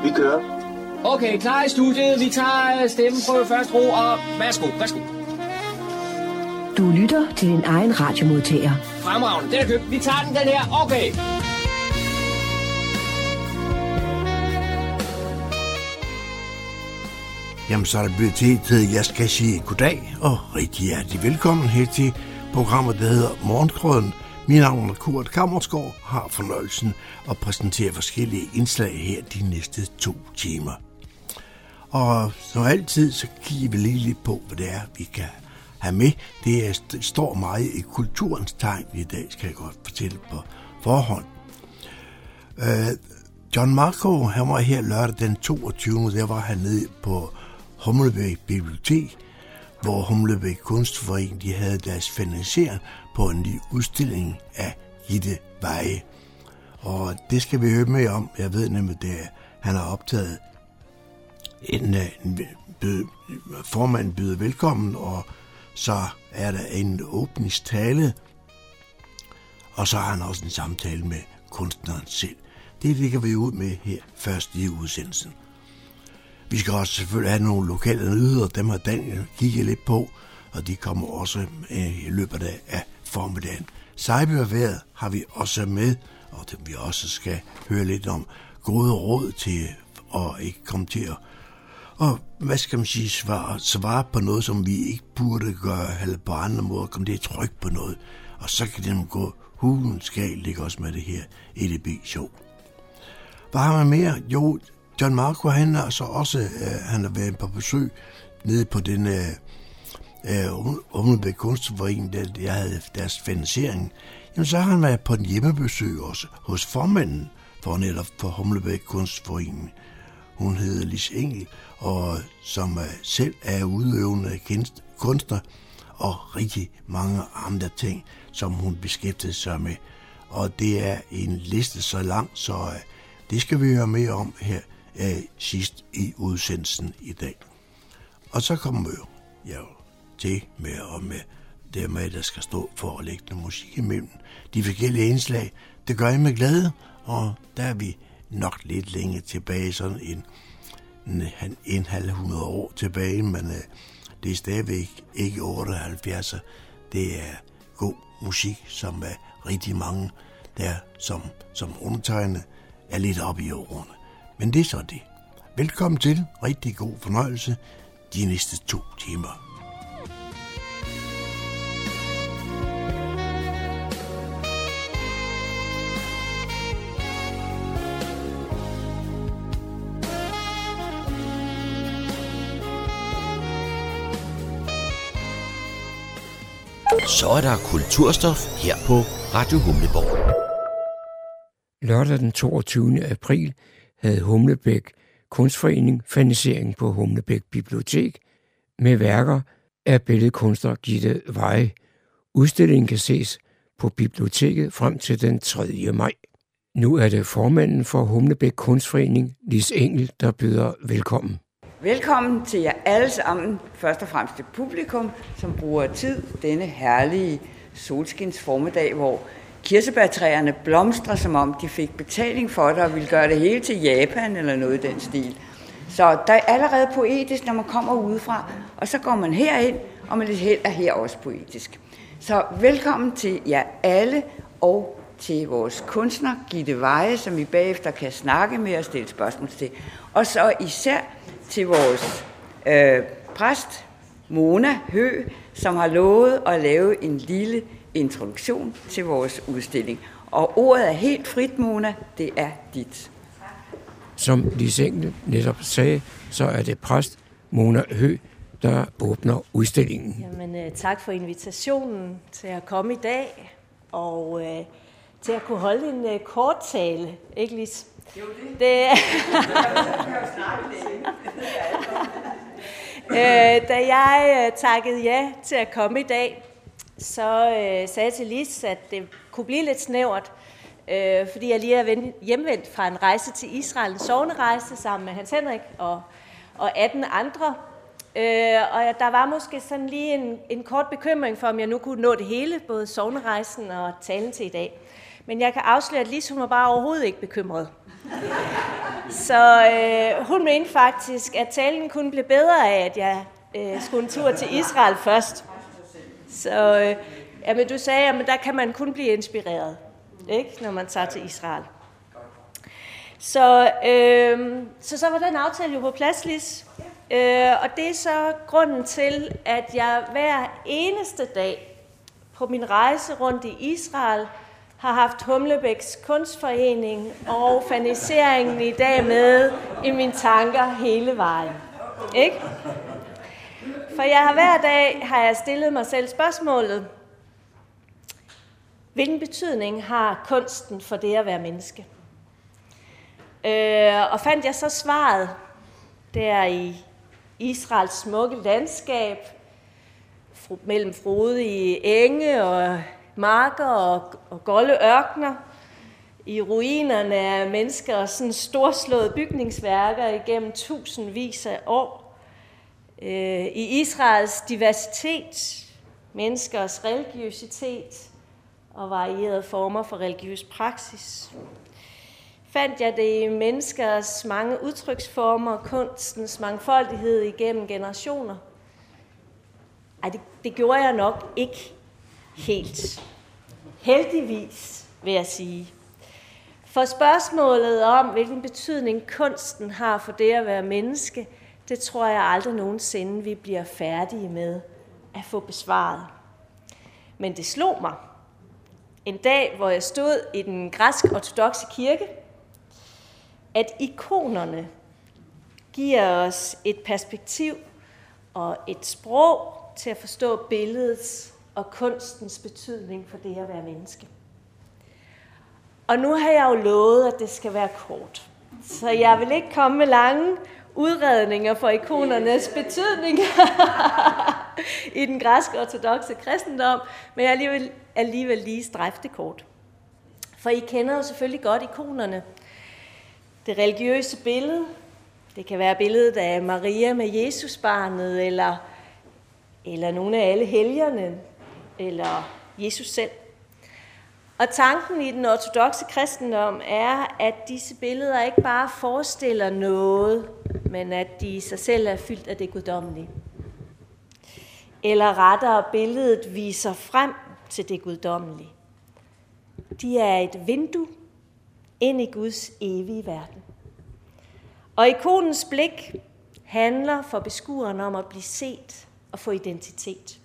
Vi kører. Okay, klar i studiet. Vi tager stemmeprøve først, ro, og værsgo. Du lytter til din egen radiomodtager. Fremragende, den er købt. Vi tager den her. Okay. Jamen, så er det blevet til, at jeg skal sige goddag og rigtig hjertelig velkommen her til programmet, der hedder Morgenkrøden. Mit navn er Kurt Kammersgaard, har fornøjelsen at præsentere forskellige indslag her de næste 2 timer. Og som altid, så kigger vi lige lidt på, hvad det er, vi kan have med. Det står meget i kulturens tegn i dag, skal jeg godt fortælle på forhånd. John Marco, han var her lørdag den 22. Der var han nede på Humlebæk Bibliotek, hvor Humlebæk Kunstforening de havde deres finansiering på en ny udstilling af Gitte Veje. Og det skal vi høre mere om. Jeg ved nemlig, at han har optaget formanden byder velkommen, og så er der en åbningstale, og så har han også en samtale med kunstneren selv. Det ligger vi ud med her først i udsendelsen. Vi skal også selvfølgelig have nogle lokale nyheder, dem har Daniel kigget lidt på, og de kommer også i løbet af formiddagen. Cyberværet har vi også med, og det vi også skal høre lidt om gode råd til at ikke komme til at, og hvad skal man sige, svare på noget, som vi ikke burde gøre, eller på andre måder, komme til at trykke på noget, og så kan det gå hulen skal ligge også med det her EDB-show. Hvad har man mere? Jo, John Marco, han har så også han har været på besøg nede på den Humlebæk Kunstforening, der jeg havde deres finansiering. Jamen, så har han været på en hjemmebesøg også hos formanden for netop for Humlebæk Kunstforening. Hun hedder Lis Engel, og som selv er udøvende kunstner, og rigtig mange andre ting, som hun beskæftigede sig med. Og det er en liste så lang, så det skal vi høre mere om her sidst i udsendelsen i dag. Og så kommer vi jo til med det med, der skal stå for at lægge noget musik imellem de forskellige indslag. Det gør jeg med glæde, og der er vi nok lidt længe tilbage, sådan en halv 100 år tilbage, men det er stadigvæk ikke 78'er. Det er god musik, som er rigtig mange der, som undertegnet er lidt oppe i årene. Men det er så det. Velkommen til. Rigtig god fornøjelse de næste 2 timer. Så er der kulturstof her på Radio Humleborg. Lørdag den 22. april havde Humlebæk Kunstforening finansiering på Humlebæk Bibliotek med værker af billedkunstner Gitte Veje. Udstillingen kan ses på biblioteket frem til den 3. maj. Nu er det formanden for Humlebæk Kunstforening, Lis Engel, der byder velkommen. Velkommen til jer alle sammen, først og fremmest til publikum, som bruger tid denne herlige solskins formiddag, hvor kirsebærtræerne blomstrer, som om de fik betaling for det og ville gøre det hele til Japan eller noget i den stil. Så der er allerede poetisk, når man kommer udefra, og så går man herind, og med lidt held er her også poetisk. Så velkommen til jer alle og til vores kunstner Gitte Veje, som I bagefter kan snakke med og stille spørgsmål til. Og så især til vores præst, Mona Høgh, som har lovet at lave en lille introduktion til vores udstilling. Og ordet er helt frit, Mona. Det er dit. Som Lis Engel netop sagde, så er det præst Mona Høgh, der åbner udstillingen. Jamen, tak for invitationen til at komme i dag, og til at kunne holde en kort tale. Ikke, Lis? Jo, det. Da jeg takkede ja til at komme i dag, så sagde jeg til Lis, at det kunne blive lidt snævert, fordi jeg lige er hjemvendt fra en rejse til Israel, en sovnerejse sammen med Hans Henrik og 18 andre. Og der var måske sådan lige en kort bekymring for, om jeg nu kunne nå det hele, både sognerejsen og talen til i dag. Men jeg kan afsløre, at Lis, hun var bare overhovedet ikke bekymret. Så hun mente faktisk, at talen kunne blive bedre af, at jeg skulle en tur til Israel først. Så men du sagde, at der kan man kun blive inspireret, ikke, når man tager til Israel. Så var den aftale jo på plads, Lis. Og det er så grunden til, at jeg hver eneste dag på min rejse rundt i Israel har haft Humlebæks Kunstforening og faniseringen i dag med i mine tanker hele vejen. Ikke? For hver dag har jeg stillet mig selv spørgsmålet: hvilken betydning har kunsten for det at være menneske? Og fandt jeg så svaret der i Israels smukke landskab, mellem frodige enge og marker og golde ørkener, i ruinerne af mennesker og sådan storslåede bygningsværker igennem tusindvis af år, i Israels diversitet, menneskers religiøsitet og varierede former for religiøs praksis. Fandt jeg det i menneskers mange udtryksformer, kunstens mangfoldighed igennem generationer? Ej, det gjorde jeg nok ikke helt. Heldigvis, vil jeg sige. For spørgsmålet om, hvilken betydning kunsten har for det at være menneske, det tror jeg aldrig nogensinde, vi bliver færdige med at få besvaret. Men det slog mig en dag, hvor jeg stod i den græsk-ortodokse kirke, at ikonerne giver os et perspektiv og et sprog til at forstå billedets og kunstens betydning for det at være menneske. Og nu har jeg jo lovet, at det skal være kort. Så jeg vil ikke komme med lange udredninger for ikonernes betydning i den græsk-ortodokse kristendom, men jeg alligevel lige strejfe det kort. For I kender jo selvfølgelig godt ikonerne. Det religiøse billede, det kan være billedet af Maria med Jesusbarnet, eller nogle af alle helgerne, eller Jesus selv. Og tanken i den ortodokse kristendom er, at disse billeder ikke bare forestiller noget, men at de i sig selv er fyldt af det guddommelige. Eller rettere, billedet viser frem til det guddommelige. De er et vindue ind i Guds evige verden. Og ikonens blik handler for beskueren om at blive set og få identitet.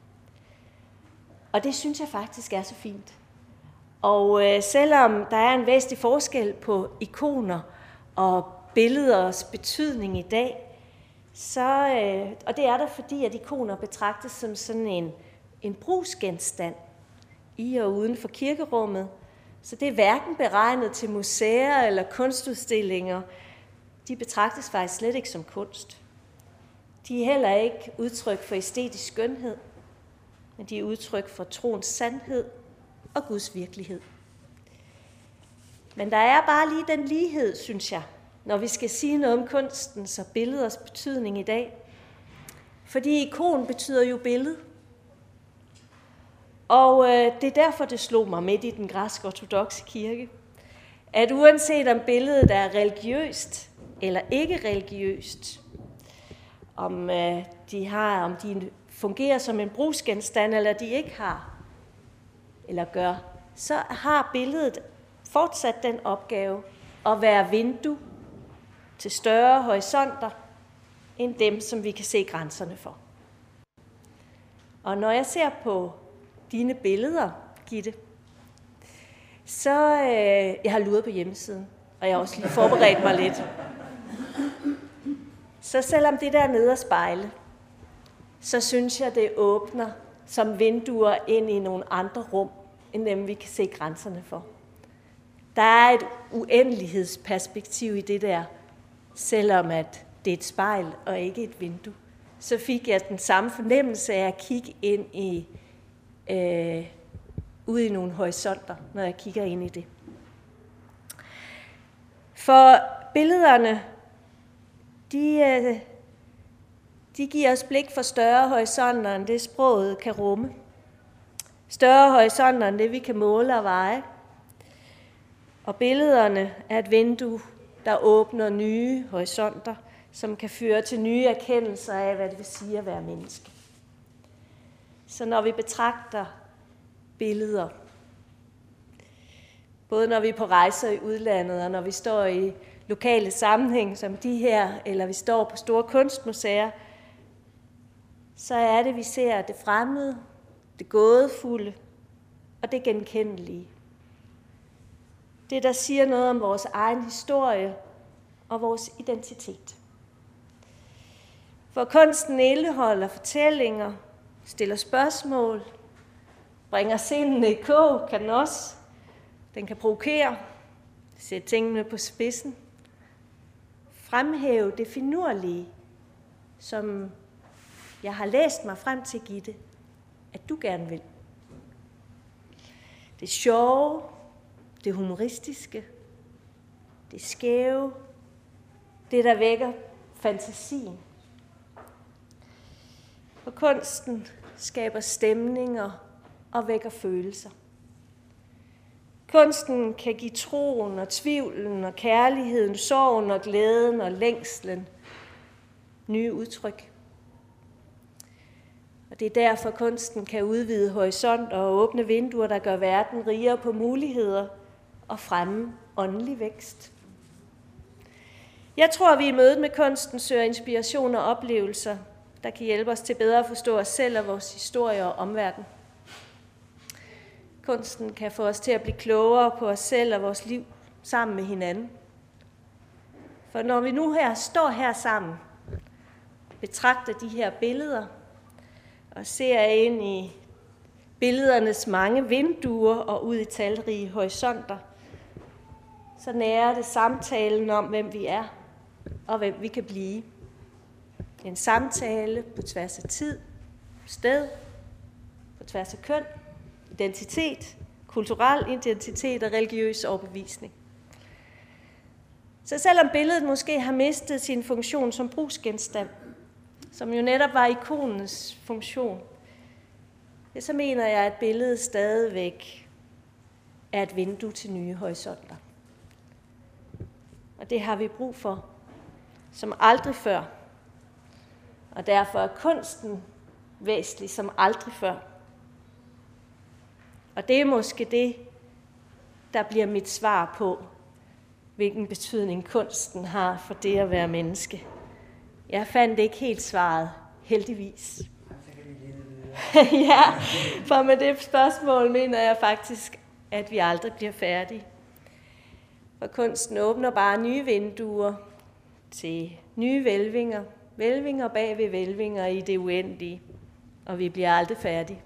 Og det synes jeg faktisk er så fint. Og selvom der er en væsentlig forskel på ikoner og billeders betydning i dag, og det er der fordi, at ikoner betragtes som sådan en brugsgenstand i og uden for kirkerummet, så det er hverken beregnet til museer eller kunstudstillinger. De betragtes faktisk slet ikke som kunst. De er heller ikke udtryk for æstetisk skønhed, men de er udtryk for troens sandhed og Guds virkelighed. Men der er bare lige den lighed, synes jeg, når vi skal sige noget om kunstens og billeders betydning i dag. Fordi ikon betyder jo billede. Og det er derfor, det slog mig midt i den græsk-ortodokse kirke, at uanset om billedet er religiøst eller ikke religiøst, om de fungerer som en brugsgenstand, eller de ikke har, eller gør, så har billedet fortsat den opgave at være vindue til større horisonter, end dem, som vi kan se grænserne for. Og når jeg ser på dine billeder, Gitte, så jeg har luret på hjemmesiden, og jeg har også lige forberedt mig lidt. Så selvom det der er nede at spejle, så synes jeg, det åbner som vinduer ind i nogle andre rum, end dem vi kan se grænserne for. Der er et uendelighedsperspektiv i det der, selvom at det er et spejl og ikke et vindue. Så fik jeg den samme fornemmelse af at kigge ind i ude i nogle horisonter, når jeg kigger ind i det. For billederne, De giver os blik for større horisonter, end det sproget kan rumme. Større horisonter, end det vi kan måle og veje. Og billederne er et vindue, der åbner nye horisonter, som kan føre til nye erkendelser af, hvad det vil sige at være menneske. Så når vi betragter billeder, både når vi er på rejser i udlandet, og når vi står i lokale sammenhæng som de her, eller vi står på store kunstmuseer, så er det, vi ser det fremmede, det gådefulde og det genkendelige. Det, der siger noget om vores egen historie og vores identitet. For kunsten indeholder fortællinger, stiller spørgsmål, bringer sindene i kog, kan den også. Den kan provokere, sætte tingene på spidsen, fremhæve det finurlige, som jeg har læst mig frem til, Gitte, at du gerne vil. Det sjove, det humoristiske, det skæve, det der vækker fantasien. For kunsten skaber stemninger og vækker følelser. Kunsten kan give troen og tvivlen og kærligheden, sorgen og glæden og længslen nye udtryk. Og det er derfor, kunsten kan udvide horisonter og åbne vinduer, der gør verden rigere på muligheder og fremme åndelig vækst. Jeg tror, at vi i mødet med kunsten søger inspiration og oplevelser, der kan hjælpe os til bedre at forstå os selv og vores historie og omverden. Kunsten kan få os til at blive klogere på os selv og vores liv sammen med hinanden. For når vi nu står her sammen, betragter de her billeder og ser ind i billedernes mange vinduer og ud i talrige horisonter, så nærer det samtalen om, hvem vi er og hvem vi kan blive. En samtale på tværs af tid, sted, på tværs af køn, identitet, kulturel identitet og religiøs overbevisning. Så selvom billedet måske har mistet sin funktion som brugsgenstand, som jo netop var ikonens funktion, så mener jeg, at billedet stadigvæk er et vindue til nye horisonter. Og det har vi brug for, som aldrig før. Og derfor er kunsten væsentlig som aldrig før. Og det er måske det, der bliver mit svar på, hvilken betydning kunsten har for det at være menneske. Jeg fandt ikke helt svaret, heldigvis. Ja, for med det spørgsmål mener jeg faktisk, at vi aldrig bliver færdige. For kunsten åbner bare nye vinduer til nye hvælvinger, hvælvinger bag ved hvælvinger i det uendelige, og vi bliver aldrig færdige.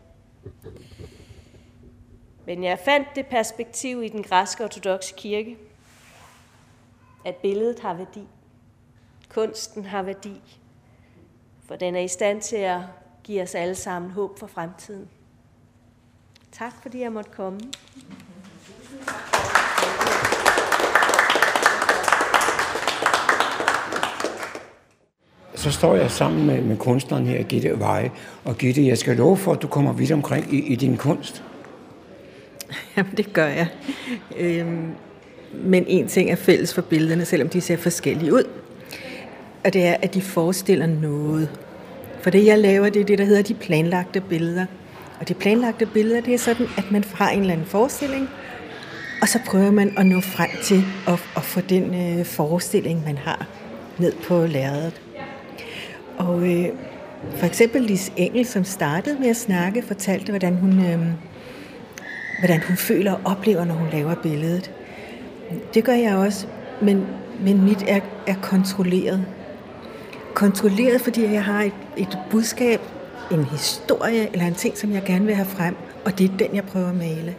Men jeg fandt det perspektiv i den græske ortodokse kirke, at billedet har værdi. Kunsten har værdi, for den er i stand til at give os alle sammen håb for fremtiden. Tak fordi jeg måtte komme. Så står jeg sammen med kunstneren her, Gitte Weihe. Og Gitte, jeg skal love for, at du kommer vidt omkring i din kunst. Jamen, det gør jeg. Men en ting er fælles for billederne, selvom de ser forskellige ud. Og det er, at de forestiller noget. For det, jeg laver, det er det, der hedder de planlagte billeder. Og de planlagte billeder, det er sådan, at man har en eller anden forestilling, og så prøver man at nå frem til at få den forestilling, man har, ned på lærredet. Og for eksempel Lis Engel, som startede med at snakke, fortalte, hvordan hun føler og oplever, når hun laver billedet. Det gør jeg også, men mit er kontrolleret. Kontrolleret, fordi jeg har et budskab, en historie eller en ting, som jeg gerne vil have frem, og det er den, jeg prøver at male.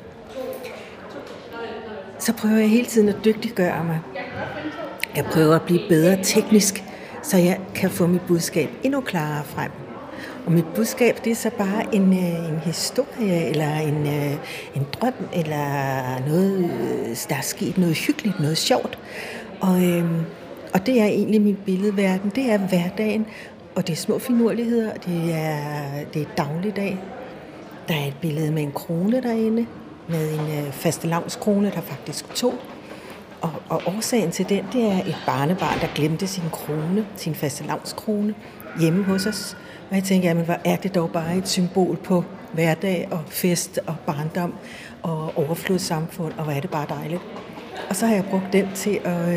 Så prøver jeg hele tiden at dygtiggøre mig. Jeg prøver at blive bedre teknisk, så jeg kan få mit budskab endnu klarere frem. Og mit budskab, det er så bare en historie, eller en drøm, eller noget, der er sket, noget hyggeligt, noget sjovt. Og det er egentlig min billedverden, det er hverdagen, Og det er små finurligheder, det er dagligdag. Der er et billede med en krone derinde, med en fastelavnskrone, der er faktisk 2. Og årsagen til den, det er et barnebarn, der glemte sin krone, sin fastelavnskrone, hjemme hos os. Og jeg tænker, jamen, hvor er det dog bare et symbol på hverdag og fest og barndom og overflodssamfund, og hvor er det bare dejligt. Og så har jeg brugt den til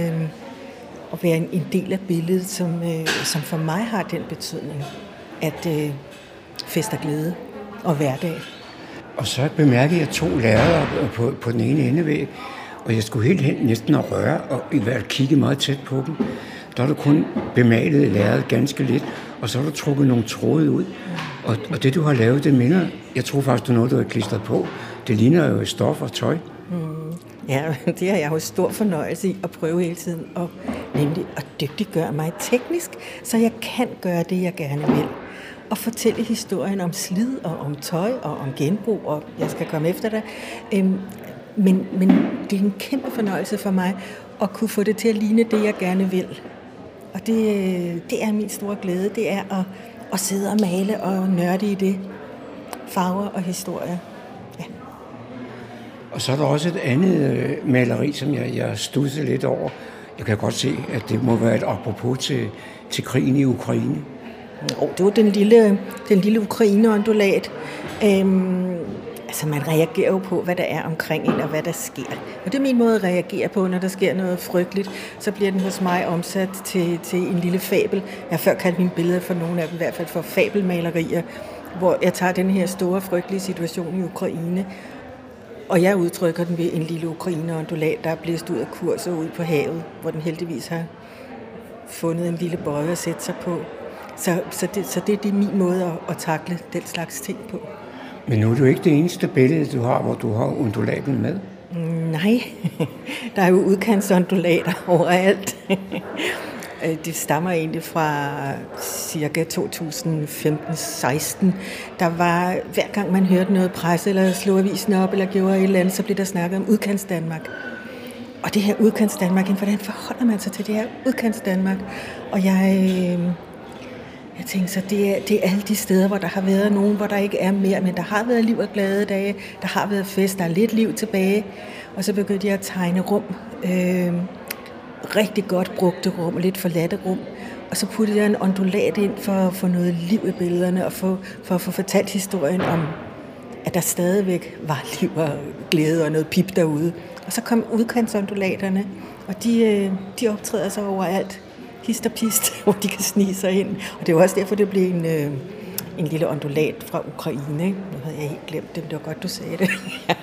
at være en del af billedet, som for mig har den betydning, at fest og glæde og hverdag. Og så bemærkede jeg 2 lærere på den ene endevæg, og jeg skulle helt hen næsten at røre og i hvert fald kigge meget tæt på dem. Der er du kun bemalet lærret ganske lidt, og så har du trukket nogle tråde ud. Og det, du har lavet, det minder, jeg tror faktisk, det er noget, du har klistret på. Det ligner jo stof og tøj. Ja, det har jeg jo stor fornøjelse i at prøve hele tiden, og nemlig at dygtiggøre mig teknisk, så jeg kan gøre det, jeg gerne vil. Og fortælle historien om slid og om tøj og om genbrug, og jeg skal komme efter dig. Men det er en kæmpe fornøjelse for mig at kunne få det til at ligne det, jeg gerne vil. Og det er min store glæde, det er at sidde og male og nørde i det. Farver og historie. Ja. Og så er der også et andet maleri, som jeg studser lidt over. Jeg kan godt se, at det må være et apropos til krigen i Ukraine. Det var den lille Ukraine-ondulat. Altså man reagerer jo på, hvad der er omkring en og hvad der sker. Og det er min måde at reagere på, når der sker noget frygteligt. Så bliver den hos mig omsat til en lille fabel. Jeg har før kaldt mine billeder for nogle af dem, i hvert fald for fabelmalerier, hvor jeg tager den her store, frygtelige situation i Ukraine, og jeg udtrykker den ved en lille Ukraine-ondulat, der er blæst ud af kurs og ud på havet, hvor den heldigvis har fundet en lille bøje at sætte sig på. Så det er min måde at takle den slags ting på. Men nu er det jo ikke det eneste billede, du har, hvor du har undulaten med. Nej, der er jo udkantsondulater overalt. Det stammer egentlig fra cirka 2015-16. Der var, hver gang man hørte noget presse, eller slog avisen op, eller gjorde et eller andet, så blev der snakket om udkantsdanmark. Og det her udkantsdanmark, hvordan forholder man sig til det her udkantsdanmark? Og jeg tænkte så, det er alle de steder, hvor der har været nogen, hvor der ikke er mere, men der har været liv og glade dage, der har været fest, der er lidt liv tilbage. Og så begyndte jeg at tegne rum, rigtig godt brugte rum og lidt forladte rum. Og så puttede jeg en ondulat ind for at få noget liv i billederne, og for at få fortalt historien om, at der stadigvæk var liv og glæde og noget pip derude. Og så kom udkantsondulaterne, og de optræder sig overalt. Hist og pist, hvor de kan snige sig ind. Og det var også derfor, det blev en lille ondulat fra Ukraine. Ikke? Nu havde jeg helt glemt det, men det var godt, du sagde det.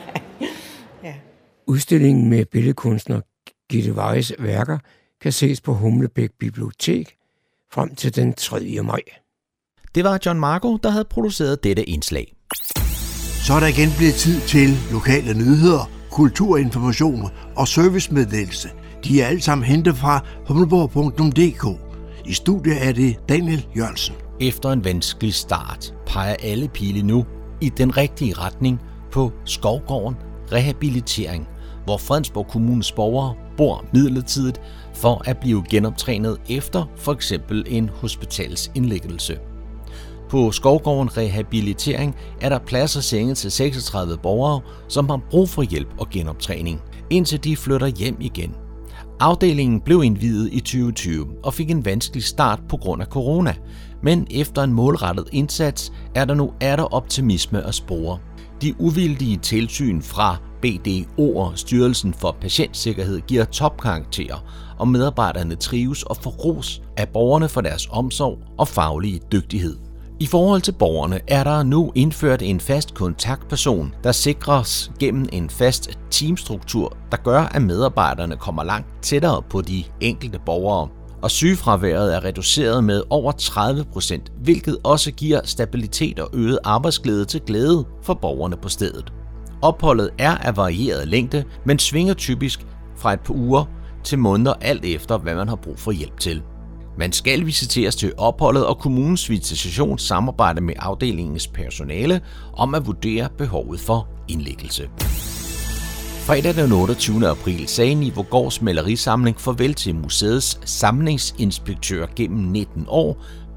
Ja. Udstillingen med billedkunstner Gitte Weiss værker kan ses på Humlebæk Bibliotek frem til den 3. maj. Det var John Marco, der havde produceret dette indslag. Så er der igen blevet tid til lokale nyheder, kulturinformation og servicemeddelelse. De er alle sammen hentet fra humleborg.dk. I studiet er det Daniel Jørgensen. Efter en vanskelig start peger alle pile nu i den rigtige retning på Skovgården Rehabilitering, hvor Fredensborg Kommunes borgere bor midlertidigt for at blive genoptrænet efter for eksempel en hospitalsindlæggelse. På Skovgården Rehabilitering er der plads og senge til 36 borgere, som har brug for hjælp og genoptræning, indtil de flytter hjem igen. Afdelingen blev indviet i 2020 og fik en vanskelig start på grund af corona, men efter en målrettet indsats er der optimisme at spore. De uvildige tilsyn fra BDO, Styrelsen for Patientsikkerhed, giver topkarakterer, og medarbejderne trives og får ros af borgerne for deres omsorg og faglige dygtighed. I forhold til borgerne er der nu indført en fast kontaktperson, der sikres gennem en fast teamstruktur, der gør, at medarbejderne kommer langt tættere på de enkelte borgere. Og sygefraværet er reduceret med over 30%, hvilket også giver stabilitet og øget arbejdsglæde til glæde for borgerne på stedet. Opholdet er af varieret længde, men svinger typisk fra et par uger til måneder, alt efter hvad man har brug for hjælp til. Man skal visiteres til opholdet, og kommunens visitation samarbejder med afdelingens personale om at vurdere behovet for indlæggelse. Fredag den 28. april sagde Nivogårds malerisamling farvel til museets samlingsinspektør gennem 19 år,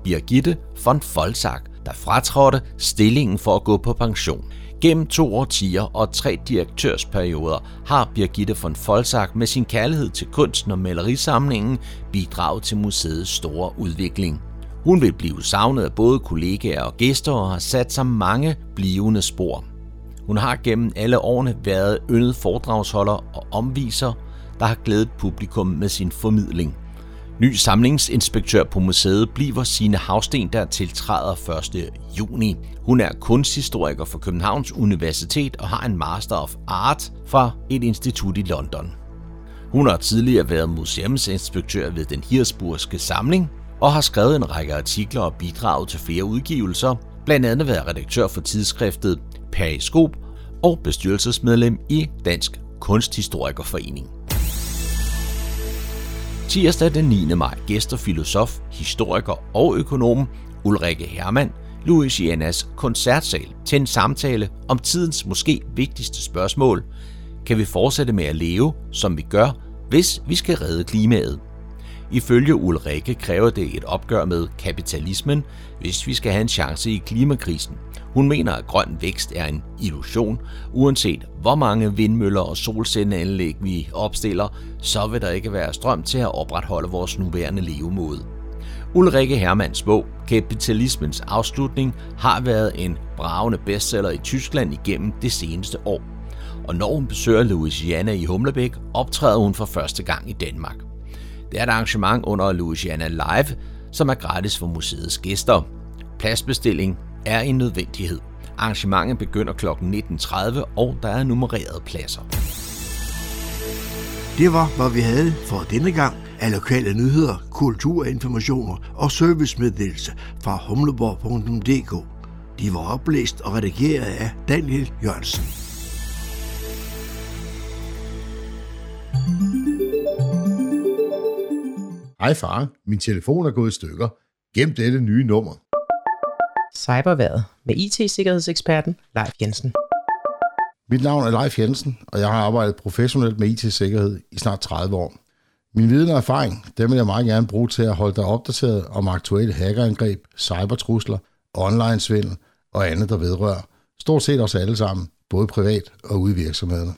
Birgitte von Folsack, der fratrådte stillingen for at gå på pension. Gennem 2 årtier og 3 direktørsperioder har Birgitte von Folsack med sin kærlighed til kunsten og malerisamlingen bidraget til museets store udvikling. Hun vil blive savnet af både kollegaer og gæster og har sat sig mange blivende spor. Hun har gennem alle årene været yndet foredragsholder og omviser, der har glædet publikum med sin formidling. Ny samlingsinspektør på museet bliver Signe Hausten, der tiltræder 1. juni. Hun er kunsthistoriker fra Københavns Universitet og har en Master of Art fra et institut i London. Hun har tidligere været museumsinspektør ved den Hirsburgske Samling og har skrevet en række artikler og bidraget til flere udgivelser, blandt andet været redaktør for tidsskriftet Periskop og bestyrelsesmedlem i Dansk Kunsthistorikerforening. Tirsdag den 9. maj gæster filosof, historiker og økonom Ulrike Hermann Louisianas koncertsal til en samtale om tidens måske vigtigste spørgsmål. Kan vi fortsætte med at leve, som vi gør, hvis vi skal redde klimaet? Ifølge Ulrike kræver det et opgør med kapitalismen, hvis vi skal have en chance i klimakrisen. Hun mener, at grøn vækst er en illusion. Uanset hvor mange vindmøller og solcelleanlæg vi opstiller, så vil der ikke være strøm til at opretholde vores nuværende levemåde. Ulrike Hermanns bog, Kapitalismens afslutning, har været en bragende bestseller i Tyskland igennem det seneste år. Og når hun besøger Louisiana i Humlebæk, optræder hun for første gang i Danmark. Det er et arrangement under Louisiana Live, som er gratis for museets gæster. Pladsbestilling er en nødvendighed. Arrangementet begynder kl. 19.30, og der er nummererede pladser. Det var, hvad vi havde for denne gang af lokale nyheder, kulturinformationer og servicemeddelelse fra humleborg.dk. De var oplæst og redigeret af Daniel Jørgensen. Hej far, min telefon er gået i stykker. Gem dette nye nummer. Cyberværet med IT-sikkerhedseksperten Leif Jensen. Mit navn er Leif Jensen, og jeg har arbejdet professionelt med IT-sikkerhed i snart 30 år. Min viden og erfaring, dem vil jeg meget gerne bruge til at holde dig opdateret om aktuelle hackerangreb, cybertrusler, online-svindel og andet, der vedrører stort set os alle sammen, både privat og ude i virksomhederne.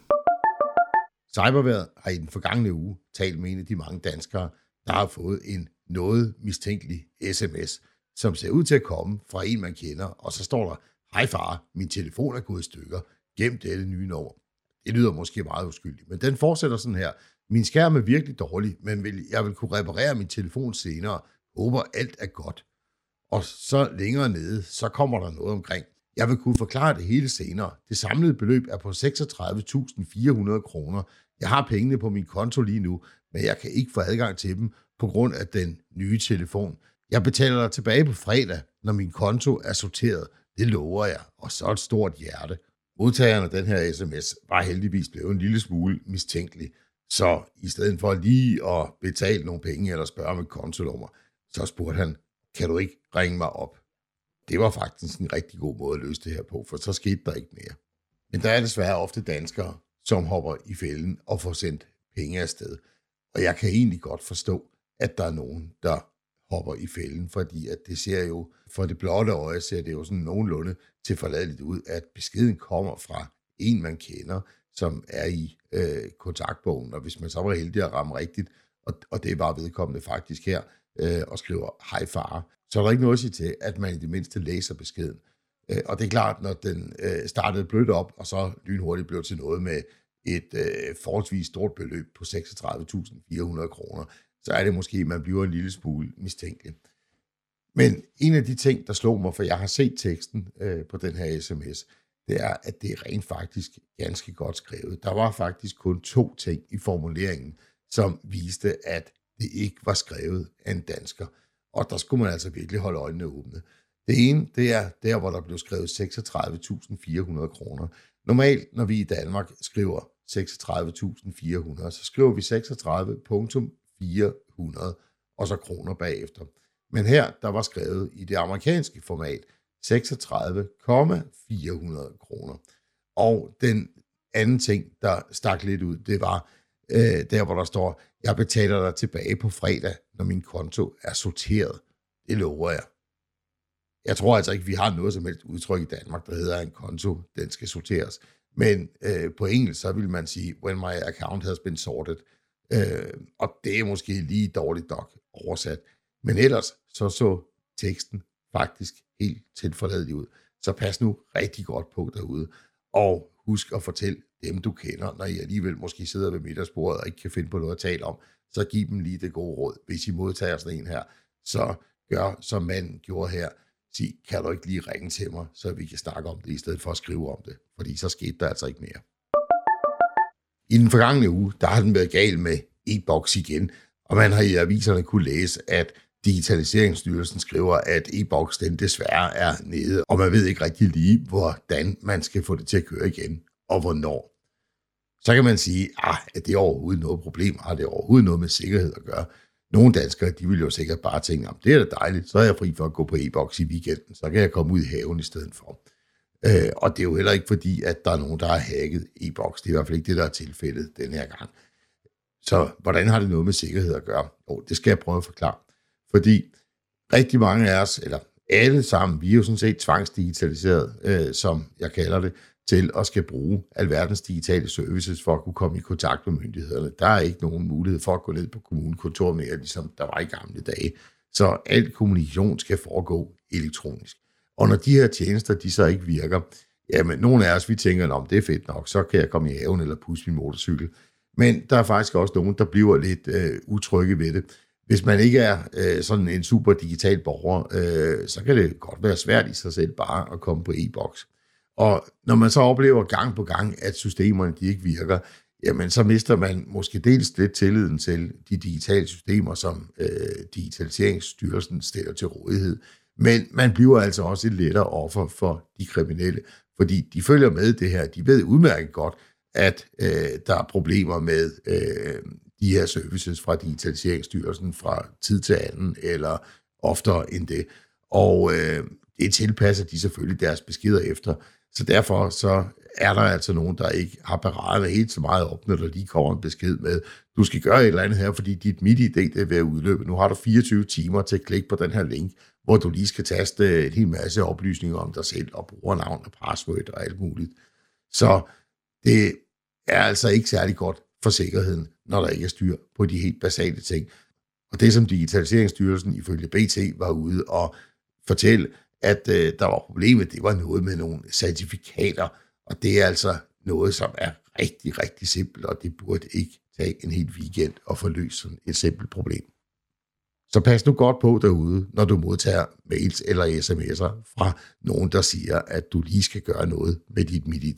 Cyberværet har i den forgangne uge talt med en af de mange danskere, der har fået en noget mistænkelig sms, som ser ud til at komme fra en, man kender, og så står der, hej far, min telefon er gået i stykker, gem dette nye nummer. Det lyder måske meget uskyldigt, men den fortsætter sådan her. Min skærm er virkelig dårlig, men jeg vil kunne reparere min telefon senere. Håber alt er godt. Og så længere nede, så kommer der noget omkring. Jeg vil kunne forklare det hele senere. Det samlede beløb er på 36.400 kroner. Jeg har pengene på min konto lige nu, men jeg kan ikke få adgang til dem på grund af den nye telefon. Jeg betaler dig tilbage på fredag, når min konto er sorteret. Det lover jeg, og så et stort hjerte. Modtageren af den her sms var heldigvis blevet en lille smule mistænkelig. Så i stedet for lige at betale nogle penge eller spørge om et kontonummer, så spurgte han, kan du ikke ringe mig op? Det var faktisk en rigtig god måde at løse det her på, for så skete der ikke mere. Men der er desværre ofte danskere, som hopper i fælden og får sendt penge afsted. Og jeg kan egentlig godt forstå, at der er nogen, der hopper i fælden, fordi at det ser jo, for det blotte øje ser det jo sådan nogenlunde tilforladeligt ud, at beskeden kommer fra en, man kender, som er i kontaktbogen, og hvis man så var heldig at ramme rigtigt, og det var vedkommende faktisk her, og skriver, hej far, så er der ikke noget at sige til, at man i det mindste læser beskeden. Og det er klart, når den startede blødt op, og så lynhurtigt blev til noget med et forholdsvis stort beløb på 36.400 kroner, så er det måske, at man bliver en lille smule mistænkelig. Men en af de ting, der slog mig, for jeg har set teksten på den her sms, det er, at det er rent faktisk ganske godt skrevet. Der var faktisk kun 2 ting i formuleringen, som viste, at det ikke var skrevet af en dansker. Og der skulle man altså virkelig holde øjnene åbne. Det ene, det er der, hvor der blev skrevet 36.400 kroner. Normalt, når vi i Danmark skriver 36.400, så skriver vi 36.400 og så kroner bagefter. Men her, der var skrevet i det amerikanske format 36.400 kroner. Og den anden ting, der stak lidt ud, det var der, hvor der står, jeg betaler dig tilbage på fredag, når min konto er sorteret. Det lover jeg. Jeg tror altså ikke, vi har noget som helst udtryk i Danmark, der hedder en konto, den skal sorteres. Men på engelsk, så vil man sige, when my account has been sorted. Og det er måske lige dårligt nok oversat. Men ellers så teksten faktisk helt tilforladelig ud. Så pas nu rigtig godt på derude. Og husk at fortælle dem, du kender, når I alligevel måske sidder ved middagsbordet og ikke kan finde på noget at tale om, så giv dem lige det gode råd. Hvis I modtager sådan en her, så gør, som manden gjorde her. Sig, kan du ikke lige ringe til mig, så vi kan snakke om det, i stedet for at skrive om det. Fordi så skete der altså ikke mere. I den forgangne uge, der har den været gal med e-boks igen, og man har i aviserne kunne læse, at Digitaliseringsstyrelsen skriver, at e-boks den desværre er nede, og man ved ikke rigtig lige, hvordan man skal få det til at køre igen, og hvornår. Så kan man sige, er det overhovedet noget problem? Har det overhovedet noget med sikkerhed at gøre? Nogle danskere, de vil jo sikkert bare tænke, det er da dejligt, så er jeg fri for at gå på e-boks i weekenden, så kan jeg komme ud i haven i stedet for. Og det er jo heller ikke fordi, at der er nogen, der har hacket e-boks. Det er i hvert fald ikke det, der er tilfældet den her gang. Så hvordan har det noget med sikkerhed at gøre? Det skal jeg prøve at forklare. Fordi rigtig mange af os, eller alle sammen, vi er jo sådan set tvangsdigitaliseret, som jeg kalder det, til at skal bruge alverdens digitale services for at kunne komme i kontakt med myndighederne. Der er ikke nogen mulighed for at gå ned på kommunekontoret mere, ligesom der var i gamle dage. Så al kommunikation skal foregå elektronisk. Og når de her tjenester, de så ikke virker, jamen nogle af os, vi tænker, det er fedt nok, så kan jeg komme i haven eller pusse min motorcykel. Men der er faktisk også nogen, der bliver lidt utrygge ved det. Hvis man ikke er sådan en super digital borger, så kan det godt være svært i sig selv bare at komme på e-boks. Og når man så oplever gang på gang, at systemerne de ikke virker, jamen så mister man måske dels lidt tilliden til de digitale systemer, som Digitaliseringsstyrelsen stiller til rådighed. Men man bliver altså også et lettere offer for de kriminelle, fordi de følger med det her. De ved udmærket godt, at der er problemer med de her services fra Digitaliseringsstyrelsen fra tid til anden, eller oftere end det. Og det tilpasser de selvfølgelig deres beskeder efter. Så derfor så er der altså nogen, der ikke har beregnet helt så meget op, når der lige kommer en besked med, du skal gøre et eller andet her, fordi dit MitID det er ved at udløbe. Nu har du 24 timer til at klikke på den her link, hvor du lige skal taste en hel masse oplysninger om dig selv, og brugernavn og password og alt muligt. Så det er altså ikke særlig godt for sikkerheden, når der ikke er styr på de helt basale ting. Og det, som Digitaliseringsstyrelsen ifølge BT var ude og fortælle, at der var problemet, det var noget med nogle certifikater, og det er altså noget, som er rigtig, rigtig simpelt, og det burde ikke tage en hel weekend at få løst sådan et simpelt problem. Så pas nu godt på derude, når du modtager mails eller sms'er fra nogen, der siger, at du lige skal gøre noget med dit MitID.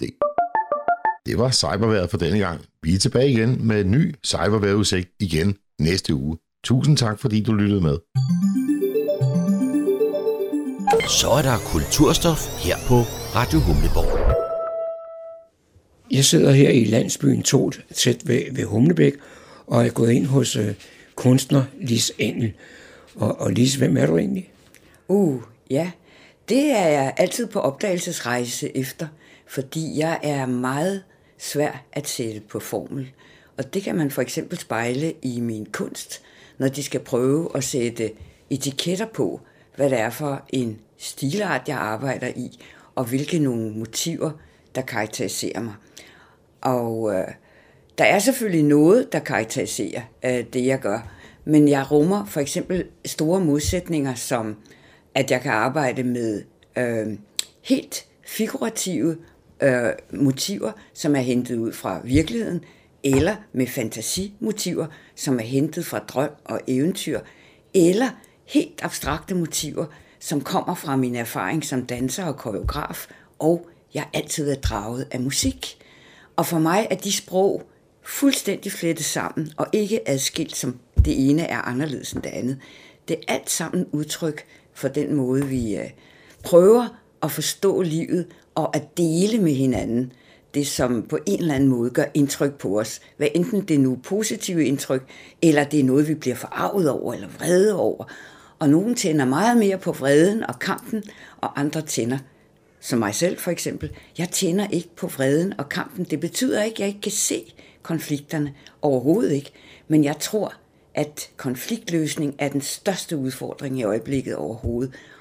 Det var cyberværet for denne gang. Vi er tilbage igen med en ny cyberværetudsigt igen næste uge. Tusind tak, fordi du lyttede med. Så er der kulturstof her på Radio Humleborg. Jeg sidder her i landsbyen Tot, tæt ved Humlebæk, og er gået ind hos kunstner Lis Engel. Og Lis, hvem er du egentlig? Ja, det er jeg altid på opdagelsesrejse efter, fordi jeg er meget svær at sætte på formel. Og det kan man for eksempel spejle i min kunst, når de skal prøve at sætte etiketter på, hvad det er for en stilart, jeg arbejder i, og hvilke nogle motiver, der karakteriserer mig. Og der er selvfølgelig noget, der karakteriserer det, jeg gør, men jeg rummer for eksempel store modsætninger, som at jeg kan arbejde med helt figurative motiver, som er hentet ud fra virkeligheden, eller med fantasimotiver, som er hentet fra drøm og eventyr, eller helt abstrakte motiver, som kommer fra min erfaring som danser og koreograf, og jeg altid er draget af musik. Og for mig er de sprog fuldstændig flettet sammen, og ikke adskilt, som det ene er anderledes end det andet. Det er alt sammen udtryk for den måde, vi prøver at forstå livet, og at dele med hinanden det, som på en eller anden måde gør indtryk på os. Hvad enten det er nu positive indtryk, eller det er noget, vi bliver forarvet over, eller vrede over. Og nogen tænder meget mere på vreden og kampen, og andre tænder, som mig selv for eksempel. Jeg tænder ikke på vreden og kampen. Det betyder ikke, at jeg ikke kan se konflikterne. Overhovedet ikke. Men jeg tror, at konfliktløsning er den største udfordring i øjeblikket overhovedet.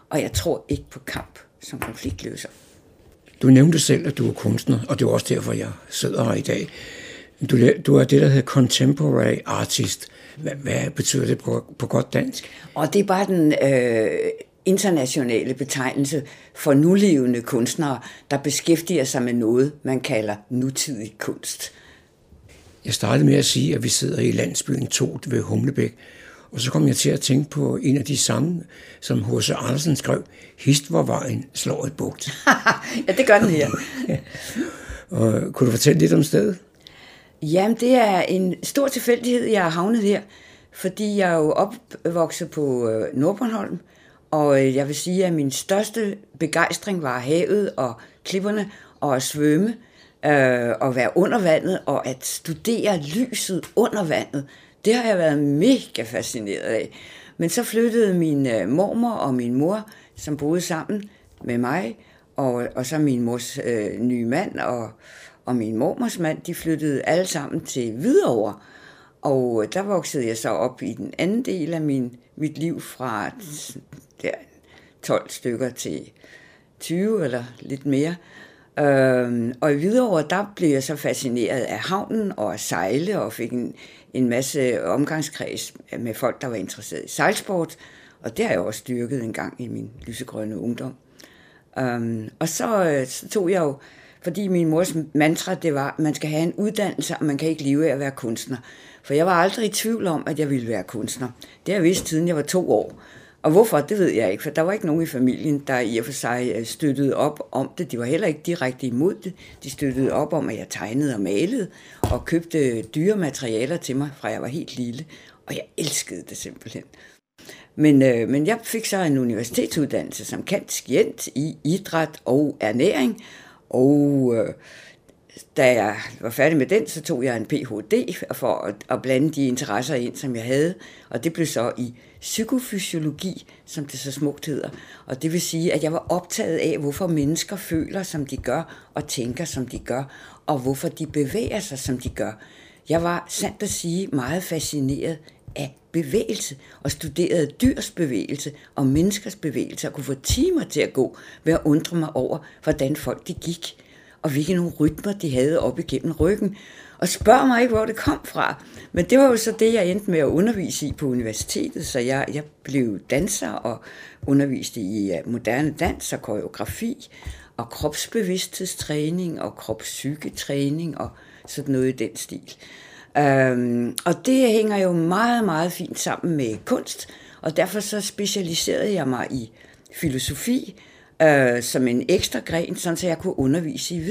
og jeg tror ikke på kamp som konfliktløser. Du nævnte selv, at du er kunstner, og det er også derfor, jeg sidder her i dag. Du er det, der hedder contemporary artist. Hvad betyder det på godt dansk? Og det er bare den internationale betegnelse for nulevende kunstnere, der beskæftiger sig med noget, man kalder nutidig kunst. Jeg startede med at sige, at vi sidder i landsbyen Tot ved Humlebæk, og så kom jeg til at tænke på en af de sange, som H.C. Andersen skrev, Hist hvor vejen slår et bugt. Ja, det gør den her. Og kunne du fortælle lidt om stedet? Jamen, det er en stor tilfældighed, jeg har havnet her, fordi jeg er jo opvokset på Nordbornholm, og jeg vil sige, at min største begejstring var havet og klipperne og at svømme og være under vandet og at studere lyset under vandet. Det har jeg været mega fascineret af. Men så flyttede min mormor og min mor, som boede sammen med mig, og så min mors nye mand og min mormors mand, de flyttede alle sammen til Hvidovre. Og der voksede jeg så op i den anden del af mit liv fra 12 stykker til 20 eller lidt mere. Og i Hvidovre, der blev jeg så fascineret af havnen og at sejle, og fik en masse omgangskreds med folk, der var interesseret i sejlsport. Og det har jeg også styrket en gang i min lysegrønne ungdom. Og så tog jeg jo, fordi min mors mantra, det var, at man skal have en uddannelse, og man kan ikke leve af at være kunstner. For jeg var aldrig i tvivl om, at jeg ville være kunstner. Det har jeg vidst, siden jeg var 2 år. Og hvorfor, det ved jeg ikke, for der var ikke nogen i familien, der i og for sig støttede op om det. De var heller ikke direkte imod det. De støttede op om, at jeg tegnede og malede, og købte dyre materialer til mig, fra jeg var helt lille. Og jeg elskede det simpelthen. Men jeg fik så en universitetsuddannelse som kandidat i idræt og ernæring, og da jeg var færdig med den, så tog jeg en Ph.D. for at blande de interesser ind, som jeg havde, og det blev så i psykofysiologi, som det så smukt hedder. Og det vil sige, at jeg var optaget af, hvorfor mennesker føler, som de gør, og tænker, som de gør, og hvorfor de bevæger sig, som de gør. Jeg var, sandt at sige, meget fascineret af bevægelse, og studerede dyrs bevægelse og menneskers bevægelse, og kunne få timer til at gå ved at undre mig over, hvordan folk de gik, og hvilke nogle rytmer de havde op igennem ryggen. Og spørg mig ikke, hvor det kom fra. Men det var jo så det, jeg endte med at undervise i på universitetet, så jeg blev danser og underviste i moderne dans og koreografi, og kropsbevidsthedstræning og kropspsyketræning og sådan noget i den stil. Og det hænger jo meget, meget fint sammen med kunst, og derfor så specialiserede jeg mig i filosofi som en ekstra gren, sådan så jeg kunne undervise i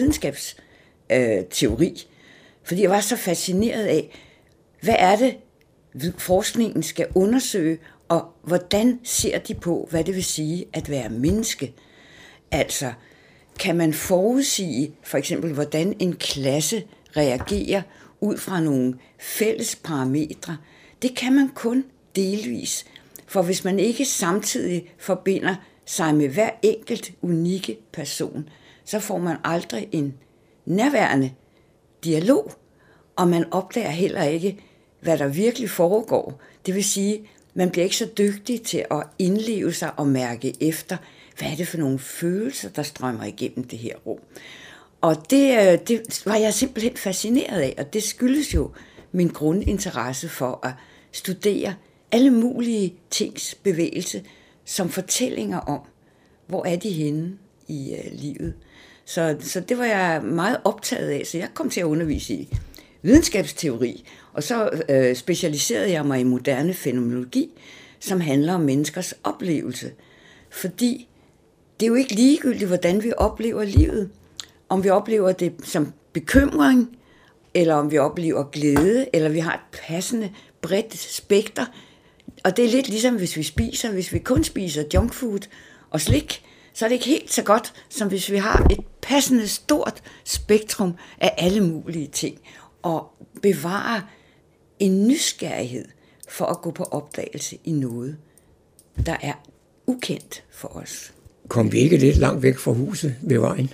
videnskabsteori. Fordi jeg var så fascineret af, hvad er det, forskningen skal undersøge, og hvordan ser de på, hvad det vil sige at være menneske? Altså, kan man forudsige for eksempel, hvordan en klasse reagerer ud fra nogle fælles parametre? Det kan man kun delvis, for hvis man ikke samtidig forbinder sig med hver enkelt unikke person, så får man aldrig en nærværende dialog, og man opdager heller ikke, hvad der virkelig foregår. Det vil sige, man bliver ikke så dygtig til at indleve sig og mærke efter, hvad er det for nogle følelser, der strømmer igennem det her rum. Og det var jeg simpelthen fascineret af, og det skyldes jo min grundinteresse for at studere alle mulige tings bevægelse som fortællinger om, hvor er de henne i livet. Så det var jeg meget optaget af, så jeg kom til at undervise i videnskabsteori, og så specialiserede jeg mig i moderne fænomenologi, som handler om menneskers oplevelse. Fordi det er jo ikke ligegyldigt, hvordan vi oplever livet. Om vi oplever det som bekymring, eller om vi oplever glæde, eller vi har et passende bredt spekter. Og det er lidt ligesom, hvis vi kun spiser junkfood og slik, så er det ikke helt så godt, som hvis vi har et passende stort spektrum af alle mulige ting, og bevare en nysgerrighed for at gå på opdagelse i noget, der er ukendt for os. Kom vi ikke lidt langt væk fra huset ved vejen?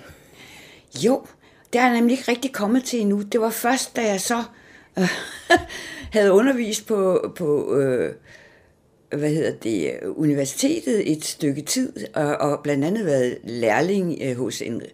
Jo, det er jeg nemlig ikke rigtig kommet til endnu. Det var først, da jeg så havde undervist på universitetet et stykke tid, og blandt andet været lærling hos en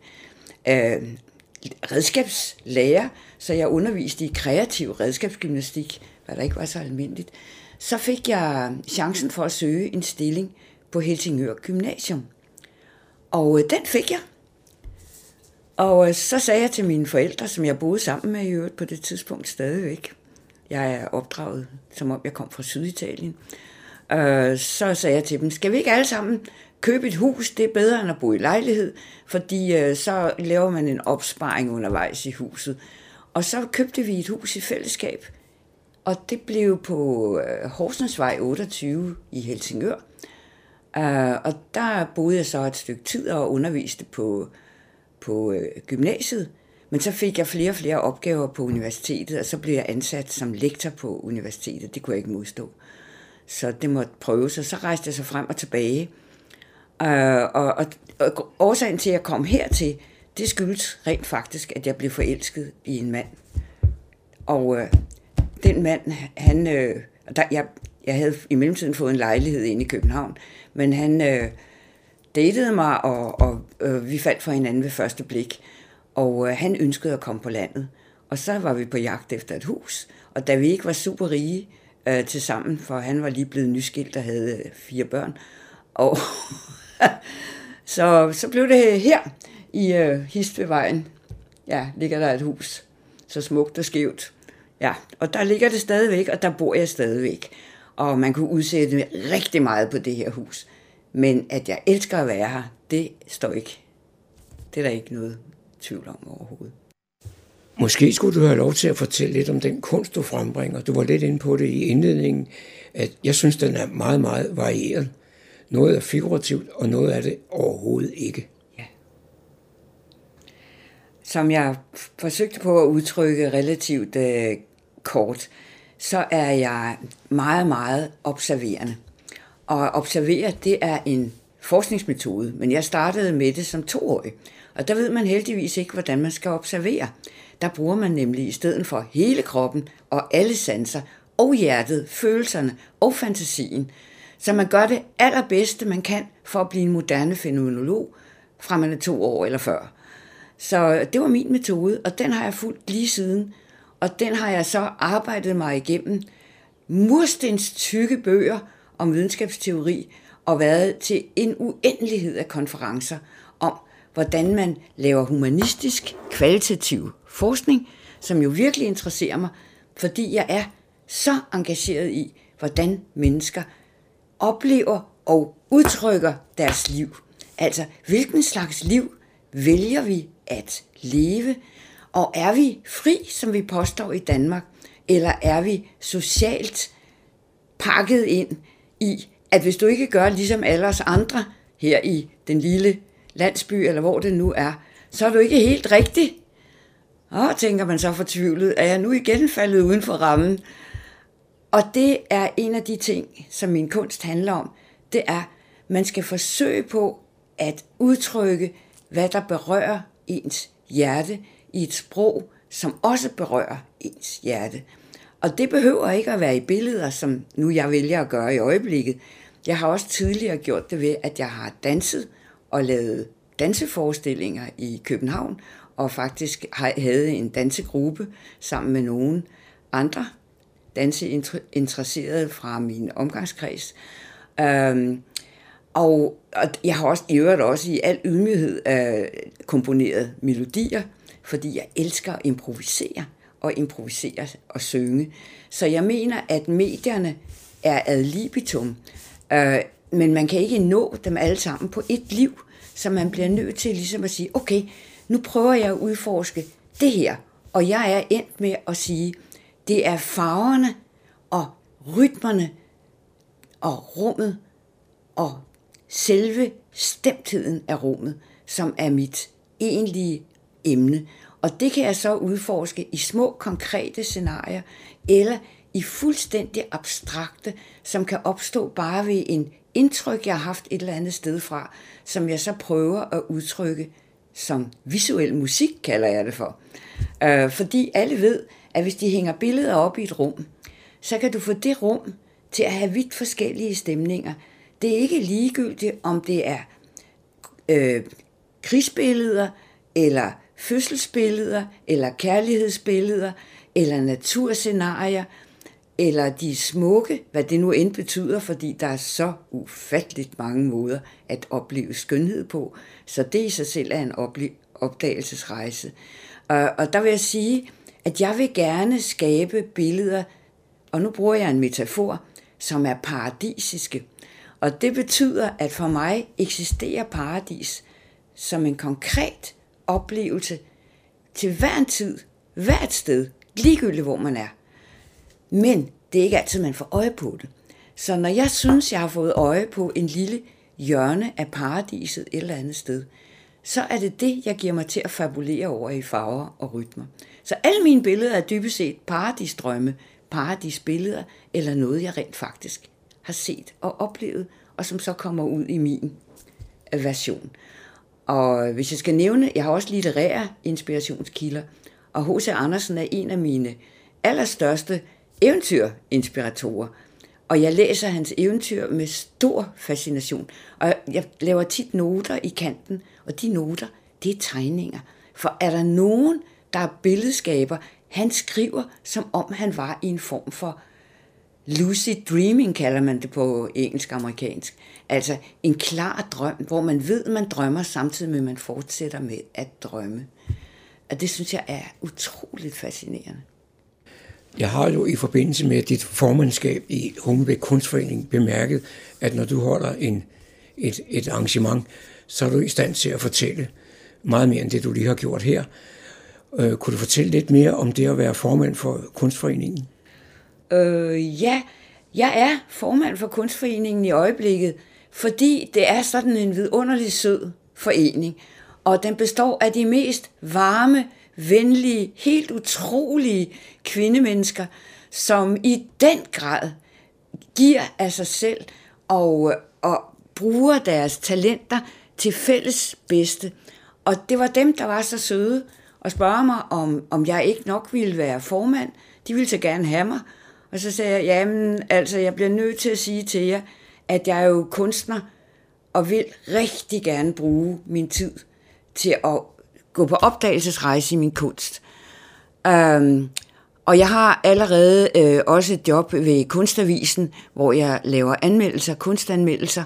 redskabslærer, så jeg underviste i kreativ redskabsgymnastik, hvad der ikke var så almindeligt. Så fik jeg chancen for at søge en stilling på Helsingør Gymnasium. Og den fik jeg. Og så sagde jeg til mine forældre, som jeg boede sammen med i øvrigt på det tidspunkt stadigvæk. Jeg er opdraget, som om jeg kom fra Syditalien. Så sagde jeg til dem, skal vi ikke alle sammen købe et hus? Det er bedre end at bo i lejlighed, fordi så laver man en opsparing undervejs i huset. Og så købte vi et hus i fællesskab. Og det blev på Horsensvej 28 i Helsingør. Og der boede jeg så et stykke tid og underviste på gymnasiet. Men så fik jeg flere og flere opgaver på universitetet, og så blev jeg ansat som lektor på universitetet. Det kunne jeg ikke modstå. Så det måtte prøves, og så rejste jeg så frem og tilbage. Og årsagen til, at jeg kom hertil, det skyldes rent faktisk, at jeg blev forelsket i en mand. Og den mand, jeg havde i mellemtiden fået en lejlighed inde i København, men han datede mig, og vi faldt for hinanden ved første blik. Og han ønskede at komme på landet. Og så var vi på jagt efter et hus. Og da vi ikke var super rige til sammen, for han var lige blevet nyskilt og havde 4 børn, og så blev det her i Histvedvejen. Ja, ligger der et hus. Så smukt og skævt. Ja, og der ligger det stadigvæk, og der bor jeg stadigvæk. Og man kunne udsætte rigtig meget på det her hus. Men at jeg elsker at være her, det står ikke. Det er der ikke noget tvivl om overhovedet. Måske skulle du have lov til at fortælle lidt om den kunst, du frembringer. Du var lidt inde på det i indledningen, at jeg synes, den er meget, meget varieret. Noget er figurativt, og noget er det overhovedet ikke. Ja. Som jeg forsøgte på at udtrykke relativt kort, så er jeg meget, meget observerende. Og observere, det er en forskningsmetode, men jeg startede med det som 2-årig. Og der ved man heldigvis ikke, hvordan man skal observere. Der bruger man nemlig i stedet for hele kroppen og alle sanser, og hjertet, følelserne og fantasien. Så man gør det allerbedste, man kan for at blive en moderne fænomenolog, fra man er 2 år eller før. Så det var min metode, og den har jeg fulgt lige siden. Og den har jeg så arbejdet mig igennem murstens tykke bøger om videnskabsteori, og været til en uendelighed af konferencer om, hvordan man laver humanistisk, kvalitativ forskning, som jo virkelig interesserer mig, fordi jeg er så engageret i, hvordan mennesker oplever og udtrykker deres liv. Altså, hvilken slags liv vælger vi at leve, og er vi fri, som vi påstår i Danmark, eller er vi socialt pakket ind i, at hvis du ikke gør ligesom alle os andre her i den lille landsby, eller hvor det nu er, så er du ikke helt rigtig. Og tænker man så fortvivlet, er jeg nu igen faldet uden for rammen? Og det er en af de ting, som min kunst handler om. Det er, man skal forsøge på at udtrykke, hvad der berører ens hjerte i et sprog, som også berører ens hjerte. Og det behøver ikke at være i billeder, som nu jeg vælger at gøre i øjeblikket. Jeg har også tidligere gjort det ved, at jeg har danset og lavet danseforestillinger i København, og faktisk havde en dansegruppe sammen med nogle andre danseinteresserede fra min omgangskreds. Og jeg har også i øvrigt også i al ydmyghed komponeret melodier, fordi jeg elsker at improvisere og synge. Så jeg mener, at medierne er ad libitum, men man kan ikke nå dem alle sammen på et liv, så man bliver nødt til ligesom at sige, okay, nu prøver jeg at udforske det her, og jeg er endt med at sige, det er farverne og rytmerne og rummet og selve stemtheden af rummet, som er mit egentlige emne. Og det kan jeg så udforske i små, konkrete scenarier, eller i fuldstændig abstrakte, som kan opstå bare ved en indtryk, jeg har haft et eller andet sted fra, som jeg så prøver at udtrykke som visuel musik, kalder jeg det for. Fordi alle ved, at hvis de hænger billeder op i et rum, så kan du få det rum til at have vidt forskellige stemninger. Det er ikke ligegyldigt, om det er krigsbilleder, eller fødselsbilleder, eller kærlighedsbilleder, eller naturscenarier, eller de smukke, hvad det nu end betyder, fordi der er så ufatteligt mange måder at opleve skønhed på, så det i sig selv er en opdagelsesrejse. Og der vil jeg sige, at jeg vil gerne skabe billeder, og nu bruger jeg en metafor, som er paradisiske. Og det betyder, at for mig eksisterer paradis som en konkret oplevelse til hver en tid, hvert sted, ligegyldigt hvor man er. Men det er ikke altid, man får øje på det. Så når jeg synes, jeg har fået øje på en lille hjørne af paradiset et eller andet sted, så er det det, jeg giver mig til at fabulere over i farver og rytmer. Så alle mine billeder er dybest set paradisdrømme, paradisbilleder, eller noget, jeg rent faktisk har set og oplevet, og som så kommer ud i min version. Og hvis jeg skal nævne, jeg har også litterære inspirationskilder, og H.C. Andersen er en af mine allerstørste eventyrinspiratorer. Og jeg læser hans eventyr med stor fascination. Og jeg laver tit noter i kanten, og de noter, det er tegninger. For er der nogen, der er billedskaber, han skriver, som om han var i en form for lucid dreaming, kalder man det på engelsk-amerikansk. Altså en klar drøm, hvor man ved, man drømmer, samtidig med, at man fortsætter med at drømme. Og det synes jeg er utroligt fascinerende. Jeg har jo i forbindelse med dit formandskab i Humlebæk Kunstforening bemærket, at når du holder et arrangement, så er du i stand til at fortælle meget mere end det, du lige har gjort her. Kunne du fortælle lidt mere om det at være formand for Kunstforeningen? Ja, jeg er formand for Kunstforeningen i øjeblikket, fordi det er sådan en vidunderlig sød forening, og den består af de mest varme, venlige, helt utrolige kvindemennesker, som i den grad giver af sig selv og bruger deres talenter til fælles bedste. Og det var dem, der var så søde og spørge mig, om jeg ikke nok ville være formand. De ville så gerne have mig. Og så sagde jeg, jamen altså, jeg bliver nødt til at sige til jer, at jeg er jo kunstner, og vil rigtig gerne bruge min tid til at gå på opdagelsesrejse i min kunst. Og jeg har allerede også et job ved Kunstavisen, hvor jeg laver anmeldelser, kunstanmeldelser.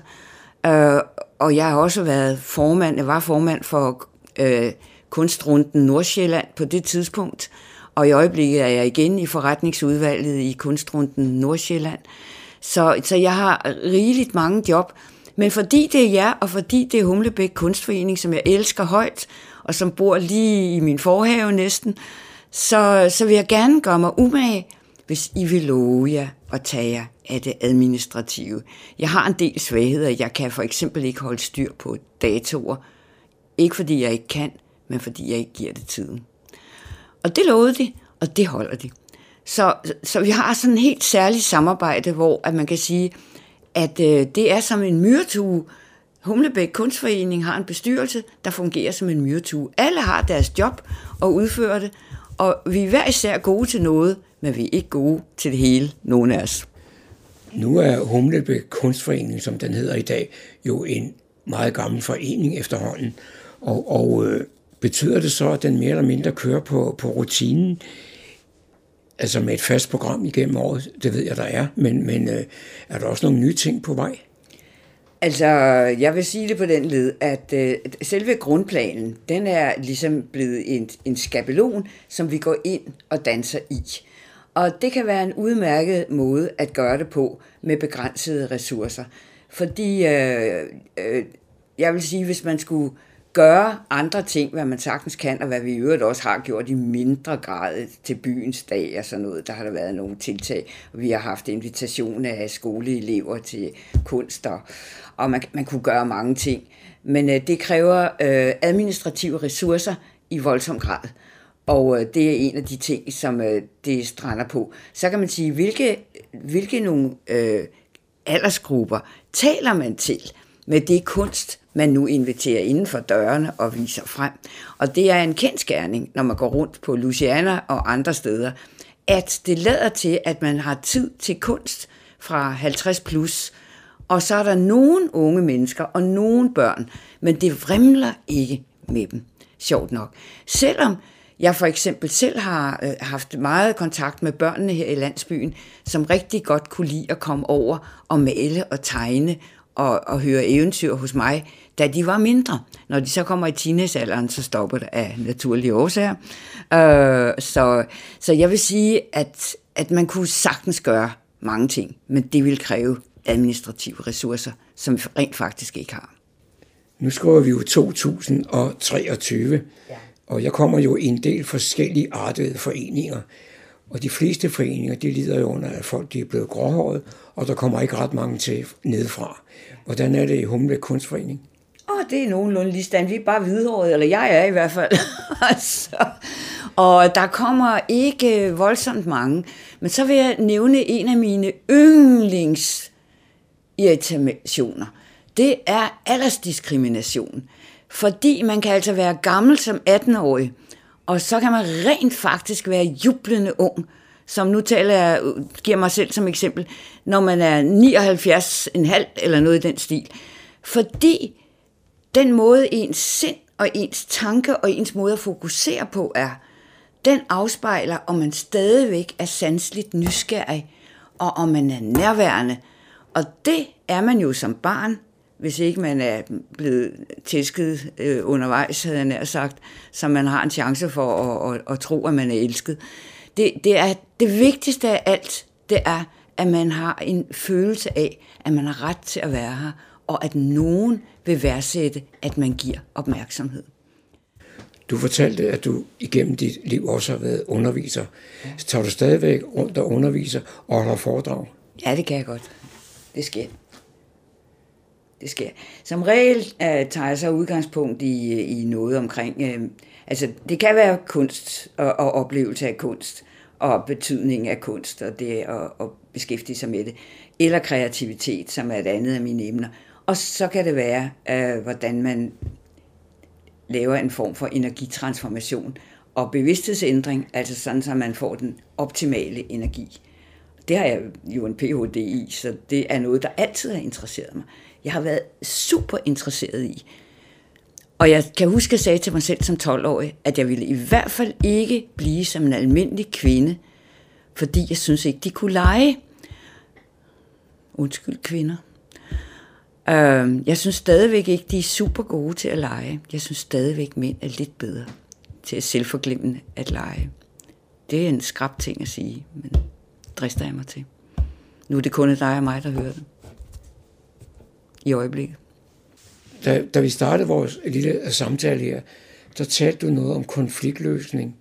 Og jeg har også været formand for Kunstrunden Nordsjælland på det tidspunkt. Og i øjeblikket er jeg igen i forretningsudvalget i Kunstrunden Nordsjælland. Så jeg har rigeligt mange job. Men fordi det er jer, og fordi det er Humlebæk Kunstforening, som jeg elsker højt, og som bor lige i min forhave næsten, så vil jeg gerne gøre mig umage, hvis I vil love jer at tage jer af det administrative. Jeg har en del svagheder. Jeg kan for eksempel ikke holde styr på datoer. Ikke fordi jeg ikke kan, men fordi jeg ikke giver det tiden. Og det lovede de, og det holder de. Så vi har sådan et helt særligt samarbejde, hvor at man kan sige, at det er som en myretue. Humlebæk Kunstforening har en bestyrelse, der fungerer som en myretue. Alle har deres job og udfører det, og vi er hver især gode til noget, men vi er ikke gode til det hele, nogen af os. Nu er Humlebæk Kunstforening, som den hedder i dag, jo en meget gammel forening efterhånden, og betyder det så, at den mere eller mindre kører på rutinen, altså med et fast program igennem året? Det ved jeg, der er, men er der også nogle nye ting på vej? Altså, jeg vil sige det på den led, at selve grundplanen, den er ligesom blevet en skabelon, som vi går ind og danser i. Og det kan være en udmærket måde at gøre det på med begrænsede ressourcer. Fordi jeg vil sige, hvis man skulle gøre andre ting, hvad man sagtens kan, og hvad vi i øvrigt også har gjort i mindre grad til byens dag og sådan noget. Der har der været nogle tiltag, og vi har haft invitationer af skoleelever til kunst, og man kunne gøre mange ting. Men det kræver administrative ressourcer i voldsom grad, og det er en af de ting, som det strander på. Så kan man sige, hvilke nogle aldersgrupper taler man til med det kunst, man nu inviterer inden for dørene og viser frem. Og det er en kendsgerning, når man går rundt på Louisiana og andre steder, at det lader til, at man har tid til kunst fra 50 plus, og så er der nogle unge mennesker og nogle børn, men det vrimler ikke med dem, sjovt nok. Selvom jeg for eksempel selv har haft meget kontakt med børnene her i landsbyen, som rigtig godt kunne lide at komme over og male og tegne og høre eventyr hos mig, da de var mindre. Når de så kommer i teenagealderen, så stopper det af naturlige årsager. Så jeg vil sige, at man kunne sagtens gøre mange ting, men det vil kræve administrative ressourcer, som vi rent faktisk ikke har. Nu skriver vi jo 2023, og jeg kommer jo i en del forskellige artede foreninger. Og de fleste foreninger, de lider jo under, at folk de er blevet gråhåret, og der kommer ikke ret mange til nedefra. Hvordan er det i Humlebæk Kunstforening? Det er nogenlunde lige stand. Vi er bare hvidhårede, eller jeg er i hvert fald. Og der kommer ikke voldsomt mange. Men så vil jeg nævne en af mine yndlingsirritationer. Det er aldersdiskrimination. Fordi man kan altså være gammel som 18-årig, og så kan man rent faktisk være jublende ung, som nu giver mig selv som eksempel, når man er 79,5 eller noget i den stil. Fordi den måde ens sind og ens tanke og ens måde at fokusere på den afspejler, om man stadigvæk er sanseligt nysgerrig, og om man er nærværende. Og det er man jo som barn, hvis ikke man er blevet tæsket undervejs, havde jeg nær sagt, så man har en chance for at tro, at man er elsket. Det vigtigste af alt, det er, at man har en følelse af, at man har ret til at være her, og at nogen vil værdsætte, at man giver opmærksomhed. Du fortalte, at du igennem dit liv også har været underviser. Så tager du stadigvæk rundt og underviser og holder foredrag? Ja, det kan jeg godt. Det sker. Som regel tager jeg så udgangspunkt i noget omkring, det kan være kunst og oplevelse af kunst, og betydning af kunst, og det at beskæftige sig med det, eller kreativitet, som er et andet af mine emner. Og så kan det være, hvordan man laver en form for energitransformation og bevidsthedsændring, altså sådan, så man får den optimale energi. Det har jeg jo en Ph.D. i, så det er noget, der altid har interesseret mig. Jeg har været super interesseret i. Og jeg kan huske, at jeg sagde til mig selv som 12-årig, at jeg ville i hvert fald ikke blive som en almindelig kvinde, fordi jeg synes ikke, de kunne lege. Undskyld, kvinder. Jeg synes stadigvæk ikke, de er super gode til at lege. Jeg synes stadigvæk, mænd er lidt bedre til at selvforglemme at lege. Det er en skrap ting at sige, men drister jeg mig til. Nu er det kun dig og mig, der hører det. I øjeblikket. Da vi startede vores lille samtale her, der talte du noget om konfliktløsning.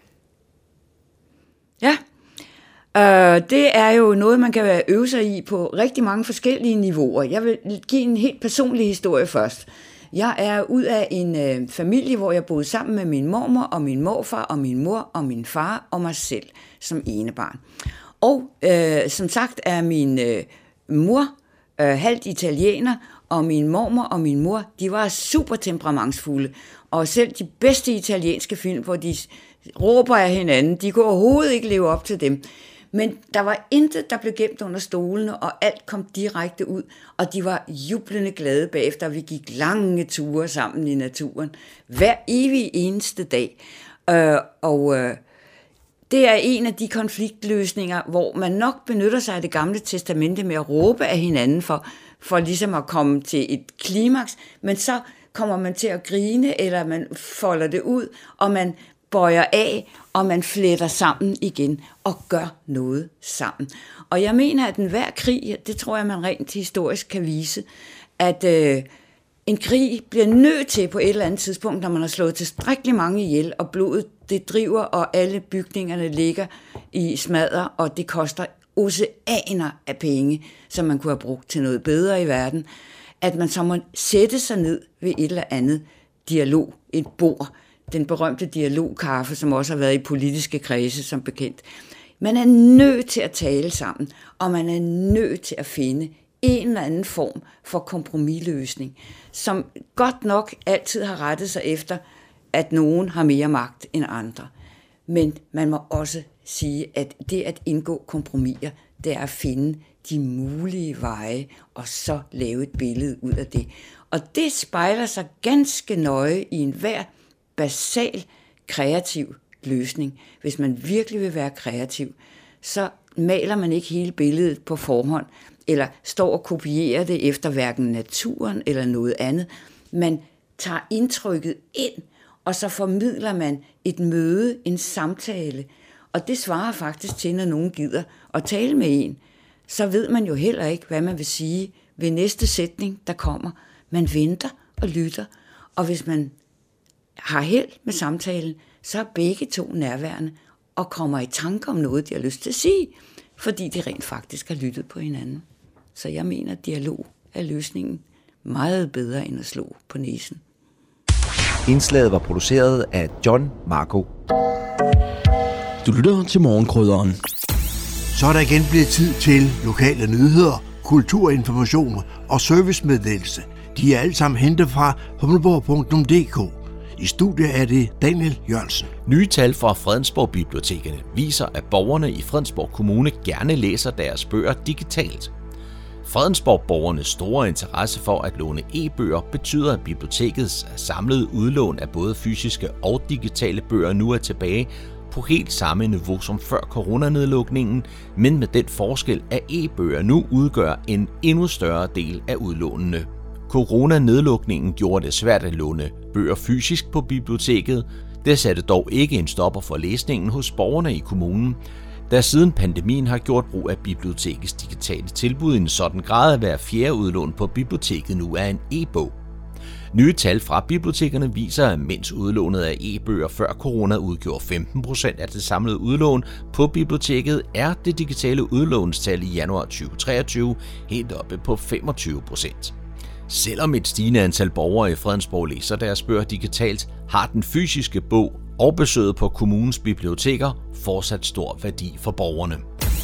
Ja, det er jo noget, man kan øve sig i på rigtig mange forskellige niveauer. Jeg vil give en helt personlig historie først. Jeg er ud af en familie, hvor jeg boede sammen med min mormor og min morfar og min mor og min far og mig selv som enebarn. Og som sagt er min mor halvt italiener, og min mormor og min mor, de var super temperamentsfulde. Og selv de bedste italienske film, hvor de råber af hinanden, de kunne overhovedet ikke leve op til dem. Men der var intet, der blev gemt under stolene, og alt kom direkte ud, og de var jublende glade bagefter, vi gik lange ture sammen i naturen, hver evig eneste dag. Det er en af de konfliktløsninger, hvor man nok benytter sig af det gamle testamente med at råbe af hinanden for ligesom at komme til et klimaks, men så kommer man til at grine, eller man folder det ud, og man bøjer af, og man fletter sammen igen og gør noget sammen. Og jeg mener, at enhver krig, det tror jeg, man rent historisk kan vise, at en krig bliver nødt til på et eller andet tidspunkt, når man har slået tilstrækkeligt mange ihjel, og blodet det driver, og alle bygningerne ligger i smadder, og det koster oceaner af penge, som man kunne have brugt til noget bedre i verden, at man så må sætte sig ned ved et eller andet dialog, et bord, den berømte dialogkaffe, som også har været i politiske kredse som bekendt. Man er nødt til at tale sammen, og man er nødt til at finde en eller anden form for kompromisløsning, som godt nok altid har rettet sig efter, at nogen har mere magt end andre. Men man må også sige, at det at indgå kompromiser, det er at finde de mulige veje, og så lave et billede ud af det. Og det spejler sig ganske nøje i enhver basal kreativ løsning. Hvis man virkelig vil være kreativ, så maler man ikke hele billedet på forhånd, eller står og kopierer det efter hverken naturen eller noget andet. Man tager indtrykket ind, og så formidler man et møde, en samtale. Og det svarer faktisk til, når nogen gider at tale med en. Så ved man jo heller ikke, hvad man vil sige ved næste sætning, der kommer. Man venter og lytter, og hvis man har held med samtalen, så er begge to nærværende og kommer i tanke om noget, de har lyst til at sige, fordi de rent faktisk har lyttet på hinanden. Så jeg mener, at dialog er løsningen meget bedre end at slå på næsen. Indslaget var produceret af John Marco. Du lytter til Morgenkrydderen. Så er der igen blevet tid til lokale nyheder, kulturinformationer og servicemeddelelse. De er alle sammen hentet fra humleborg.dk. I studiet er det Daniel Jørgensen. Nye tal fra Fredensborg-bibliotekerne viser, at borgerne i Fredensborg Kommune gerne læser deres bøger digitalt. Fredensborg-borgernes store interesse for at låne e-bøger betyder, at bibliotekets samlede udlån af både fysiske og digitale bøger nu er tilbage på helt samme niveau som før coronanedlukningen, men med den forskel, at e-bøger nu udgør en endnu større del af udlånene. Coronanedlukningen gjorde det svært at låne bøger fysisk på biblioteket. Det satte dog ikke en stopper for læsningen hos borgerne i kommunen, der siden pandemien har gjort brug af bibliotekets digitale tilbud i en sådan grad, at hver fjerde udlån på biblioteket nu er en e-bog. Nye tal fra bibliotekerne viser, at mens udlånet af e-bøger før corona udgjorde 15% af det samlede udlån på biblioteket, er det digitale udlånstal i januar 2023 helt oppe på 25%. Selvom et stigende antal borgere i Fredensborg læser deres bøger digitalt, har den fysiske bog og besøget på kommunens biblioteker fortsat stor værdi for borgerne.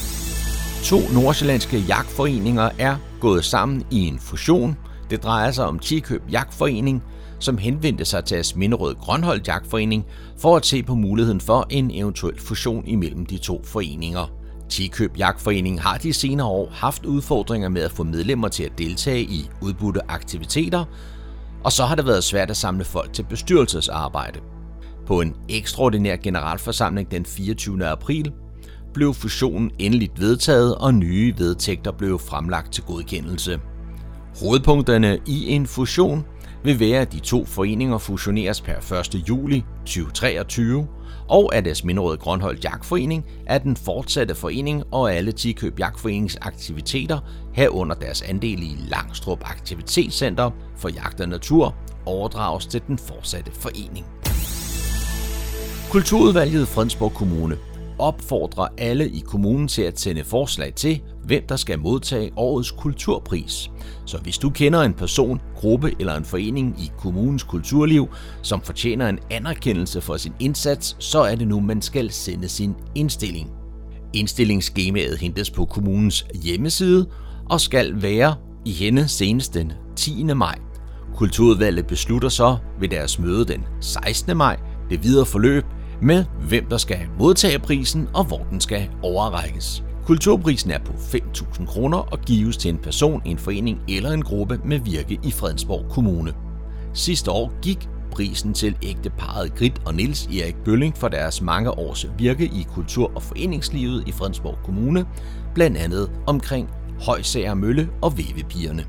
2 nordsjællandske jagtforeninger er gået sammen i en fusion. Det drejer sig om Tikøb Jagtforening, som henvendte sig til Asminderød Grønholdt Jagtforening for at se på muligheden for en eventuel fusion imellem de 2 foreninger. Tikøb Jagtforening har de senere år haft udfordringer med at få medlemmer til at deltage i udbudte aktiviteter, og så har det været svært at samle folk til bestyrelsesarbejde. På en ekstraordinær generalforsamling den 24. april blev fusionen endeligt vedtaget, og nye vedtægter blev fremlagt til godkendelse. Hovedpunkterne i en fusion vil være, at de 2 foreninger fusioneres per 1. juli 2023, og at Asminderød Grønholdt Jagtforening er den fortsatte forening, og alle Tikøb Jagtforenings aktiviteter herunder deres andel i Langstrup Aktivitetscenter for Jagt og Natur overdrages til den fortsatte forening. Kulturudvalget i Fredensborg Kommune opfordrer alle i kommunen til at sende forslag til, hvem der skal modtage årets kulturpris. Så hvis du kender en person, gruppe eller en forening i kommunens kulturliv, som fortjener en anerkendelse for sin indsats, så er det nu, man skal sende sin indstilling. Indstillingsskemaet hentes på kommunens hjemmeside og skal være i hende senest den 10. maj. Kulturudvalget beslutter så ved deres møde den 16. maj det videre forløb med, hvem der skal modtage prisen og hvor den skal overrækkes. Kulturprisen er på 5.000 kroner og gives til en person, en forening eller en gruppe med virke i Fredensborg Kommune. Sidste år gik prisen til ægteparret Grit og Niels Erik Bølling for deres mange års virke i kultur- og foreningslivet i Fredensborg Kommune, blandt andet omkring Højsager Mølle og Vævepigerne.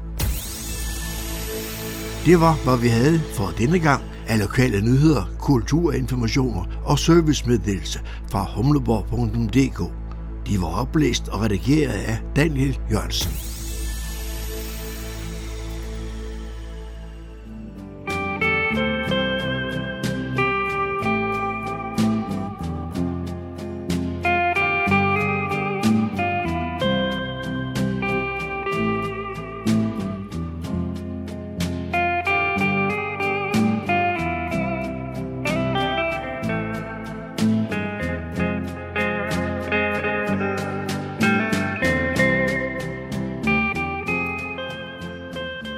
Det var, hvad vi havde for denne gang af lokale nyheder, kulturinformationer og servicemeddelelse fra humleborg.dk. De var oplæst og redigeret af Daniel Jørgensen.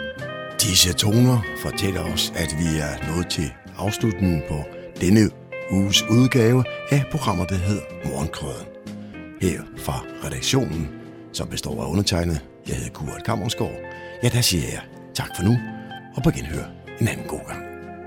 Disse toner fortæller os, at vi er nået til afslutningen på denne uges udgave af programmet, der hedder Morgenkrøden. Her fra redaktionen, som består af undertegnet, jeg hedder Kurt Kammersgaard. Ja, der siger jeg tak for nu, og på genhør en anden god gang.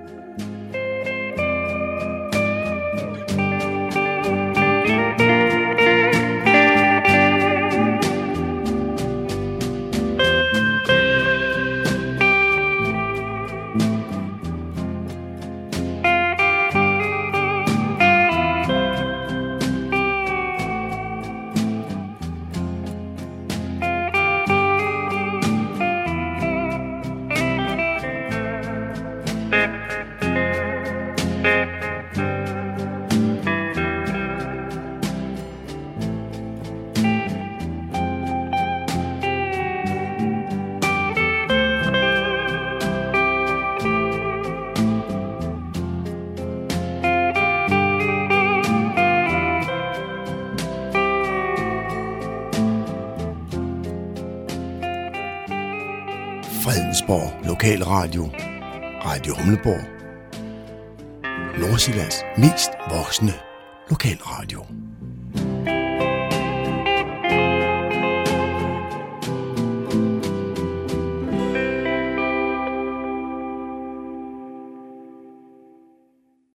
Fredensborg Lokalradio, Radio Humleborg, Nordsjællands mest voksne lokalradio.